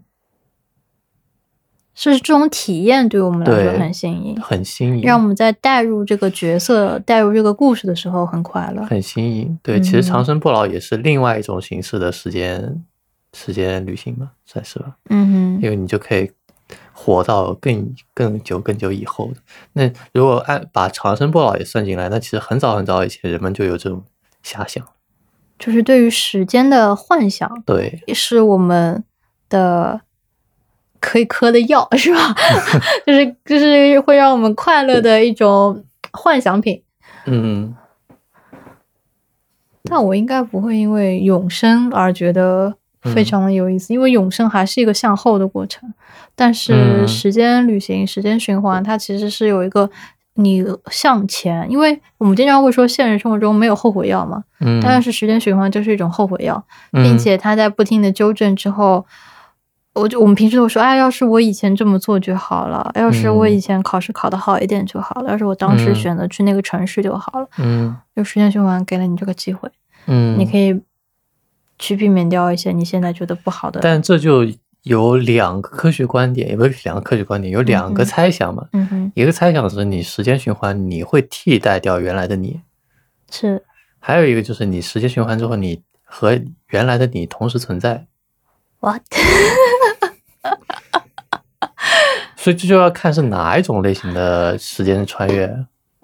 是这种体验对我们来说很新颖， 很新颖， 让我们在带入这个角色、带入这个故事的时候很快乐， 很新颖。对，嗯、其实长生不老也是另外一种形式的时间时间旅行嘛，算是吧。 嗯哼， 因为你就可以活到更更久、更久以后的。那如果按把长生不老也算进来，那其实很早很早以前人们就有这种遐想， 就是对于时间的幻想， 对， 是我们的。可以嗑的药是吧？就是就是会让我们快乐的一种幻想品。 嗯， 但我应该不会因为永生而觉得非常的有意思，嗯、因为永生还是一个向后的过程。但是时间旅行、嗯、时间循环，它其实是有一个你向前，因为我们经常会说现实生活中没有后悔药嘛， 嗯， 但是时间循环就是一种后悔药，并且它在不停的纠正之后。我就我们平时都说，哎，要是我以前这么做就好了，要是我以前考试考得好一点就好了，嗯、要是我当时选择去那个城市就好了。 嗯， 就时间循环给了你这个机会， 嗯， 你可以去避免掉一些你现在觉得不好的。 但这就有两个科学观点，也不是两个科学观点，有两个猜想嘛。 嗯哼， 一个猜想是你时间循环你会替代掉原来的你， 是。 还有一个就是你时间循环之后，你和原来的你同时存在。 What？ 所以这就要看是哪一种类型的时间穿越。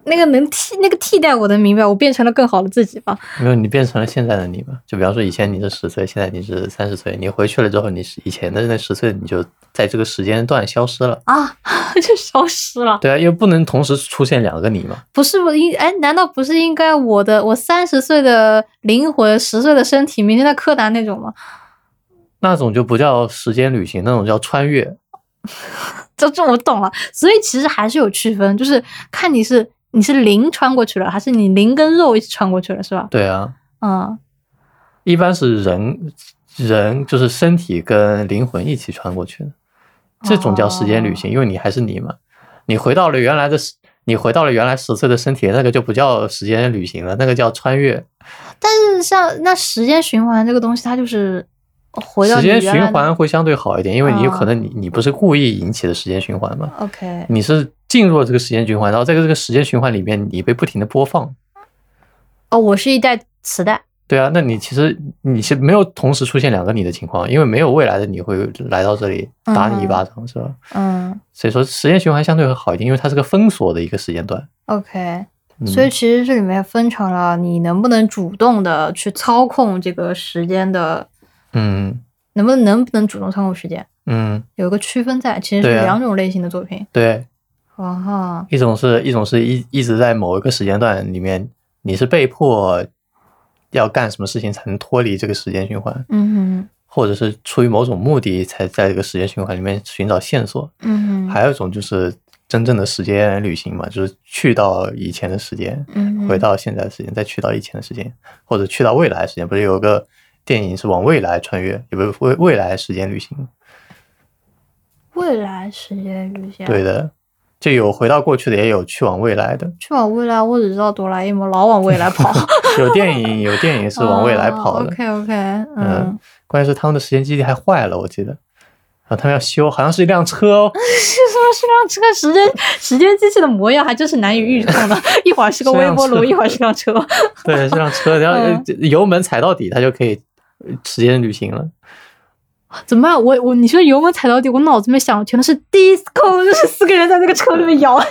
那个能替那个替代我的明白，我变成了更好的自己吧。 没有，你变成了现在的你嘛？就比方说以前你是十岁，现在你是三十岁，你回去了之后，你是以前的那十岁，你就在这个时间段消失了啊，就消失了。 对啊，因为不能同时出现两个你嘛。 不是不应哎，难道不是应该我的我三十岁的灵魂，十岁的身体，明天在柯南那种吗？ 那种就不叫时间旅行，那种叫穿越。 这这我懂了，所以其实还是有区分，就是看你是。你是灵穿过去了，还是你灵跟肉一起穿过去了，是吧？ 对啊， 嗯， 一般是人人就是身体跟灵魂一起穿过去的，这种叫时间旅行，哦、因为你还是你嘛，你回到了原来的，你回到了原来十岁的身体，那个就不叫时间旅行了，那个叫穿越。 但是像那时间循环这个东西，它就是回到时间循环会相对好一点，因为你有可能你、哦、你不是故意引起的时间循环嘛 ，OK， 你是进入了这个时间循环，然后在这个时间循环里面，你被不停的播放。 哦，我是一代磁带。 对啊，那你其实你是没有同时出现两个你的情况，因为没有未来的你会来到这里打你一巴掌，嗯、是吧？ 嗯， 所以说时间循环相对会好一点，因为它是个封锁的一个时间段。 OK，嗯、所以其实这里面分成了你能不能主动的去操控这个时间的， 嗯， 能不能能不能主动操控时间？ 嗯， 有一个区分在，其实是两种类型的作品。 对， 哦哈， 一种是一种是一一直在某一个时间段里面，你是被迫要干什么事情才能脱离这个时间循环， 嗯哼， 或者是出于某种目的才在这个时间循环里面寻找线索， 嗯哼， 还有一种就是真正的时间旅行嘛，就是去到以前的时间， 嗯， 回到现在的时间，再去到以前的时间，或者去到未来的时间。不是有个电影是往未来穿越，有个未未来时间旅行。 未来时间旅行， 对的，就有回到过去的，也有去往未来的。 去往未来，我只知道哆啦 A 梦老往未来跑。 有电影，有电影是往未来跑的。 哦、OK OK， 嗯, 嗯，关键是他们的时间基地还坏了，我记得，然后他们要修，好像是一辆车哦。 是什么？是辆车？时间时间机器的模样还真是难以预控的，一会儿是个微波炉，一会儿是辆车。 对，是辆车，然后油门踩到底，它就可以时间旅行了。 怎么办？我我你说油门踩到底，我脑子里面想的全都是 disco， 就是四个人在那个车里面摇，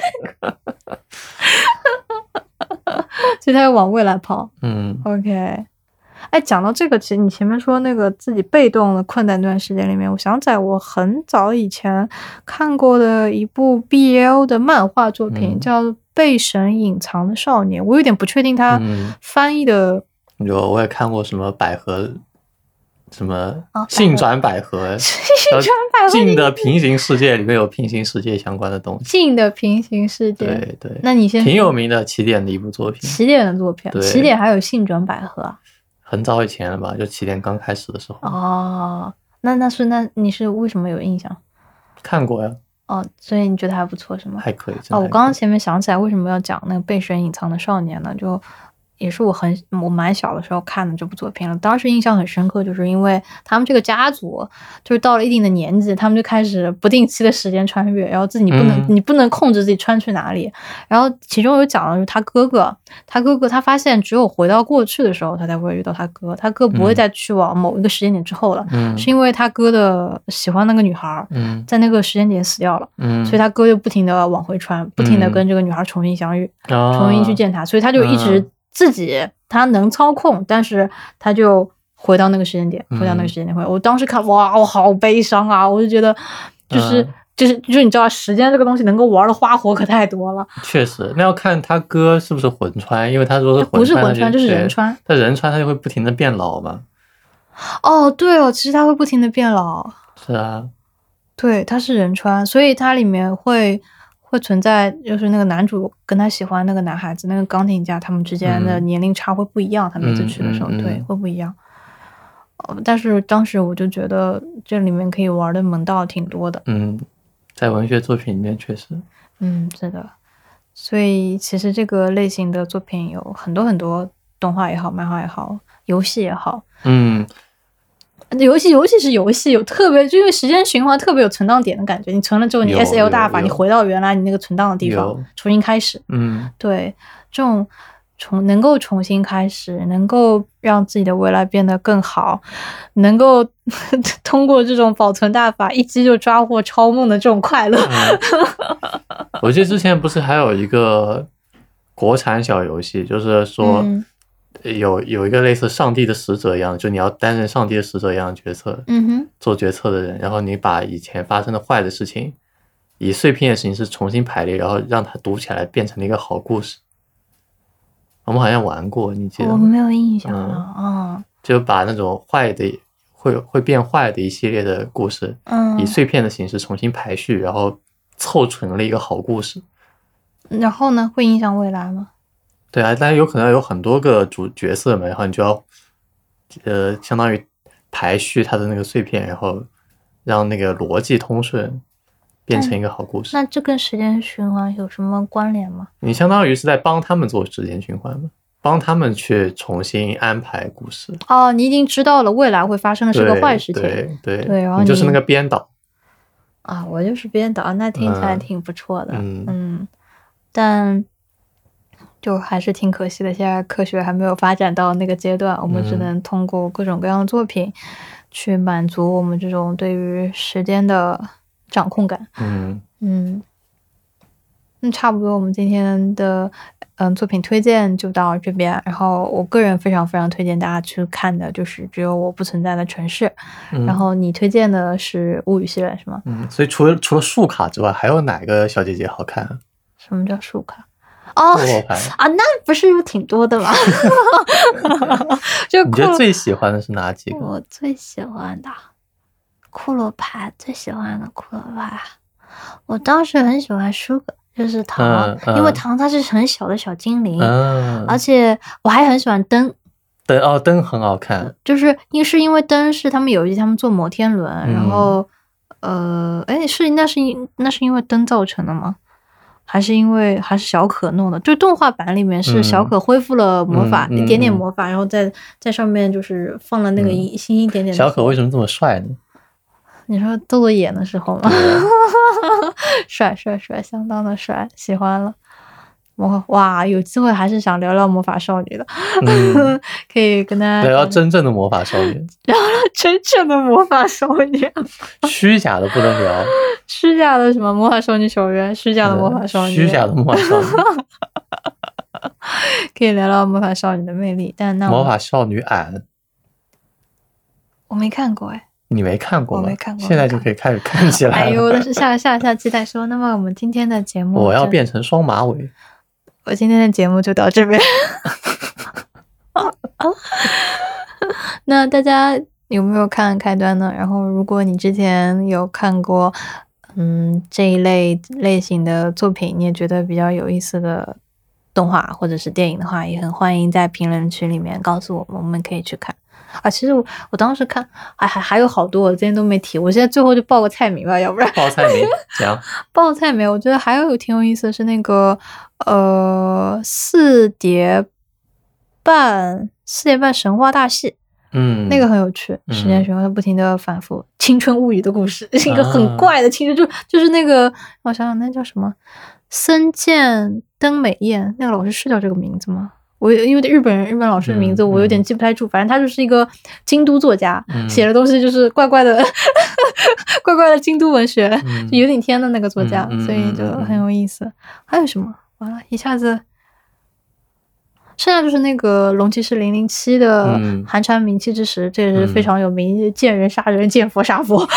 所以他要往未来跑。 嗯 ，OK。哎，讲到这个，其实你前面说那个自己被动的困在那段时间里面，我想起来我很早以前看过的一部 B L 的漫画作品， 嗯、 叫《被神隐藏的少年》，我有点不确定他翻译的。 有、嗯，我也看过什么百合。什么性转百合， 性转百合， 镜的平行世界里面有平行世界相关的东西。 镜的平行世界， 对对。 那你先挺有名的起点的一部作品。 起点的作品，起点还有性转百合， 很早以前了吧？就起点刚开始的时候。 哦，那那是那你是为什么有印象？ 看过呀。 哦，所以你觉得还不错是吗？ 还可以。 哦，我刚刚前面想起来为什么要讲那个被神隐藏的少年呢？就。也是我很我蛮小的时候看的这部作品了，当时印象很深刻，就是因为他们这个家族就是到了一定的年纪，他们就开始不定期的时间穿越，然后自己不能、嗯、你不能控制自己穿去哪里。然后其中有讲的就是他哥哥，他哥哥他发现只有回到过去的时候，他才会遇到他哥，他哥不会再去往某一个时间点之后了， 嗯、 是因为他哥的喜欢那个女孩、嗯、在那个时间点死掉了，嗯、所以他哥就不停的往回穿，不停的跟这个女孩重新相遇， 嗯、 重新去见她，所以他就一直、嗯自己他能操控，但是他就回到那个时间点，回到那个时间点回。我当时看，哇，我好悲伤啊！我就觉得，就是、嗯、就是就是你知道，时间这个东西能够玩的花活可太多了。 确实，那要看他哥是不是魂穿，因为他说是魂穿， 不是魂穿就是人穿。 他人穿他就会不停的变老嘛。 哦，对哦，其实他会不停的变老。 是啊， 对，他是人穿，所以它里面会。会存在，就是那个男主跟他喜欢那个男孩子，那个钢琴家，他们之间的年龄差会不一样。嗯、他每次去的时候，嗯嗯嗯、对，会不一样。呃，但是当时我就觉得这里面可以玩的门道挺多的。 嗯，在文学作品里面确实。 嗯，是的。所以其实这个类型的作品有很多很多，动画也好，漫画也好，游戏也好。 嗯。 游戏，尤其是游戏有特别，就因为时间循环特别有存档点的感觉。你存了之后，你 S L 大法，你回到原来你那个存档的地方，重新开始。 嗯， 对，这种重能够重新开始，能够让自己的未来变得更好，能够通过这种保存大法一击就抓获超梦的这种快乐。 嗯、我记得之前不是还有一个国产小游戏，就是说嗯有有一个类似上帝的使者一样，就你要担任上帝的使者一样的角色， 嗯哼， 做决策的人，然后你把以前发生的坏的事情以碎片的形式重新排列，然后让它读起来变成了一个好故事。我们好像玩过，你记得吗？ 我没有印象了啊、嗯。 就把那种坏的会会变坏的一系列的故事， 嗯， 以碎片的形式重新排序，然后凑成了一个好故事。 然后呢，会影响未来吗？ 对啊，但是有可能有很多个主角色嘛，然后你就要呃相当于排序它的那个碎片，然后让那个逻辑通顺，变成一个好故事。 那这跟时间循环有什么关联吗？ 你相当于是在帮他们做时间循环嘛，帮他们去重新安排故事。 哦，你已经知道了未来会发生的是个坏事情。 对对对，然后你就是那个编导啊，我就是编导，那听起来挺不错的。 嗯 嗯, 嗯，但就还是挺可惜的，现在科学还没有发展到那个阶段，我们只能通过各种各样的作品去满足我们这种对于时间的掌控感。 嗯嗯，那差不多，我们今天的嗯作品推荐就到这边。然后我个人非常非常推荐大家去看的，就是《只有我不存在的城市》 嗯。 然后你推荐的是物语系列是吗？ 嗯，所以除了除了树卡之外，还有哪个小姐姐好看啊？ 什么叫树卡？哦骷髅牌啊，那不是有挺多的吗？就你觉得最喜欢的是哪几个？ 我最喜欢的骷髅牌，最喜欢的骷髅牌，我当时很喜欢 Sugar， 就是糖、 嗯嗯、 因为糖它是很小的小精灵， 嗯、 而且我还很喜欢灯。 灯哦，灯很好看， 就是因是因为灯是他们有一集他们坐摩天轮， 嗯、 然后呃，哎，是那是因那是因为灯造成的吗？还是因为还是小可弄的？就动画版里面是小可恢复了魔法、 嗯、 一点点魔法，然后在在上面就是放了那个一、嗯、新一点点的。 小可为什么这么帅呢？ 你说豆豆眼的时候吗？帅帅帅，相当的帅，喜欢了。我哇，有机会还是想聊聊魔法少女的，嗯、可以跟大家聊聊真正的魔法少女， 聊聊真正的魔法少女， 虚假的不能聊， 虚假的什么魔法少女小圆，虚假的魔法少女， 虚假的魔法少女， 可以聊聊魔法少女的魅力，但那魔法少女俺， 我没看过哎。 你没看过吗？ 我没看过， 现在就可以开始看起来了。 哎呦，但是下下下期再说。那么我们今天的节目， 我要变成双马尾。 我今天的节目就到这边。那大家有没有看开端呢？然后，如果你之前有看过，嗯，这一类类型的作品，你也觉得比较有意思的动画或者是电影的话，也很欢迎在评论区里面告诉我们，我们可以去看。啊，其实我我当时看，还还还有好多我之前都没提，我现在最后就报个菜名吧，要不然报菜名讲报菜名，我觉得还有挺有意思的是那个呃四叠半四叠半神话大戏， 嗯， 那个很有趣，时间循环不停的反复，青春物语的故事，是一个很怪的青春，就就是那个我想想那叫什么森见登美彦，那个老师是叫这个名字吗？我因为日本人日本老师的名字我有点记不太住，嗯、反正他就是一个京都作家， 嗯、 写的东西就是怪怪的怪怪的京都文学， 嗯、 就有点天的那个作家， 嗯、 所以就很有意思。嗯、还有什么？完了，一下子剩下就是那个龙骑士零零七的寒蝉鸣泣之时，嗯、这也是非常有名，见人杀人，见佛杀佛。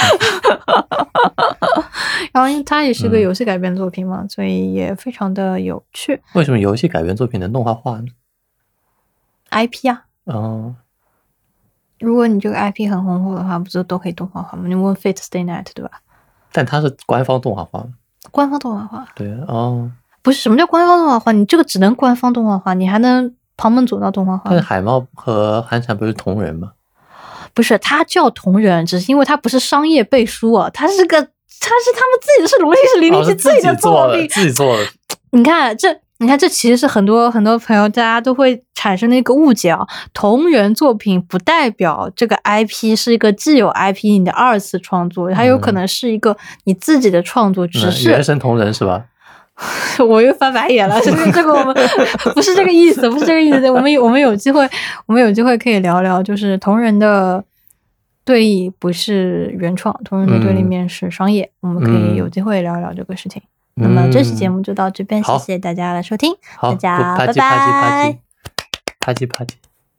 然后因为它也是个游戏改编作品嘛，嗯、所以也非常的有趣。 为什么游戏改编作品能动画化呢 ？I P 啊。 哦。 如果你这个 I P 很红火的话，不就都可以动画化吗？你问 Fate Stay Night 对吧？ 但它是官方动画化吗？ 官方动画化。 对哦。 不是，什么叫官方动画化？你这个只能官方动画化，你还能旁门左道动画化。 但是海猫和寒蝉不是同人吗？ 不是，它叫同人，只是因为它不是商业背书啊，它是个，它是他们自己是龙骑士零零七自己的作品， 自己做的。 你看这，你看这其实是很多很多朋友大家都会产生的一个误解啊。同人作品不代表这个 I P 是一个既有 I P 你的二次创作，它有可能是一个你自己的创作，只是、 嗯、原生同人是吧？ 我又翻白眼了，这个这个我们不是这个意思，不是这个意思。我们我们有机会，我们有机会可以聊聊，就是同人的对弈不是原创，同人的对立面是商业，嗯、我们可以有机会聊聊这个事情。 那么这期节目就到这边， 好谢谢大家的收听， 好， 大家拜啪叽啪叽啪拜叽。啪叽啪叽。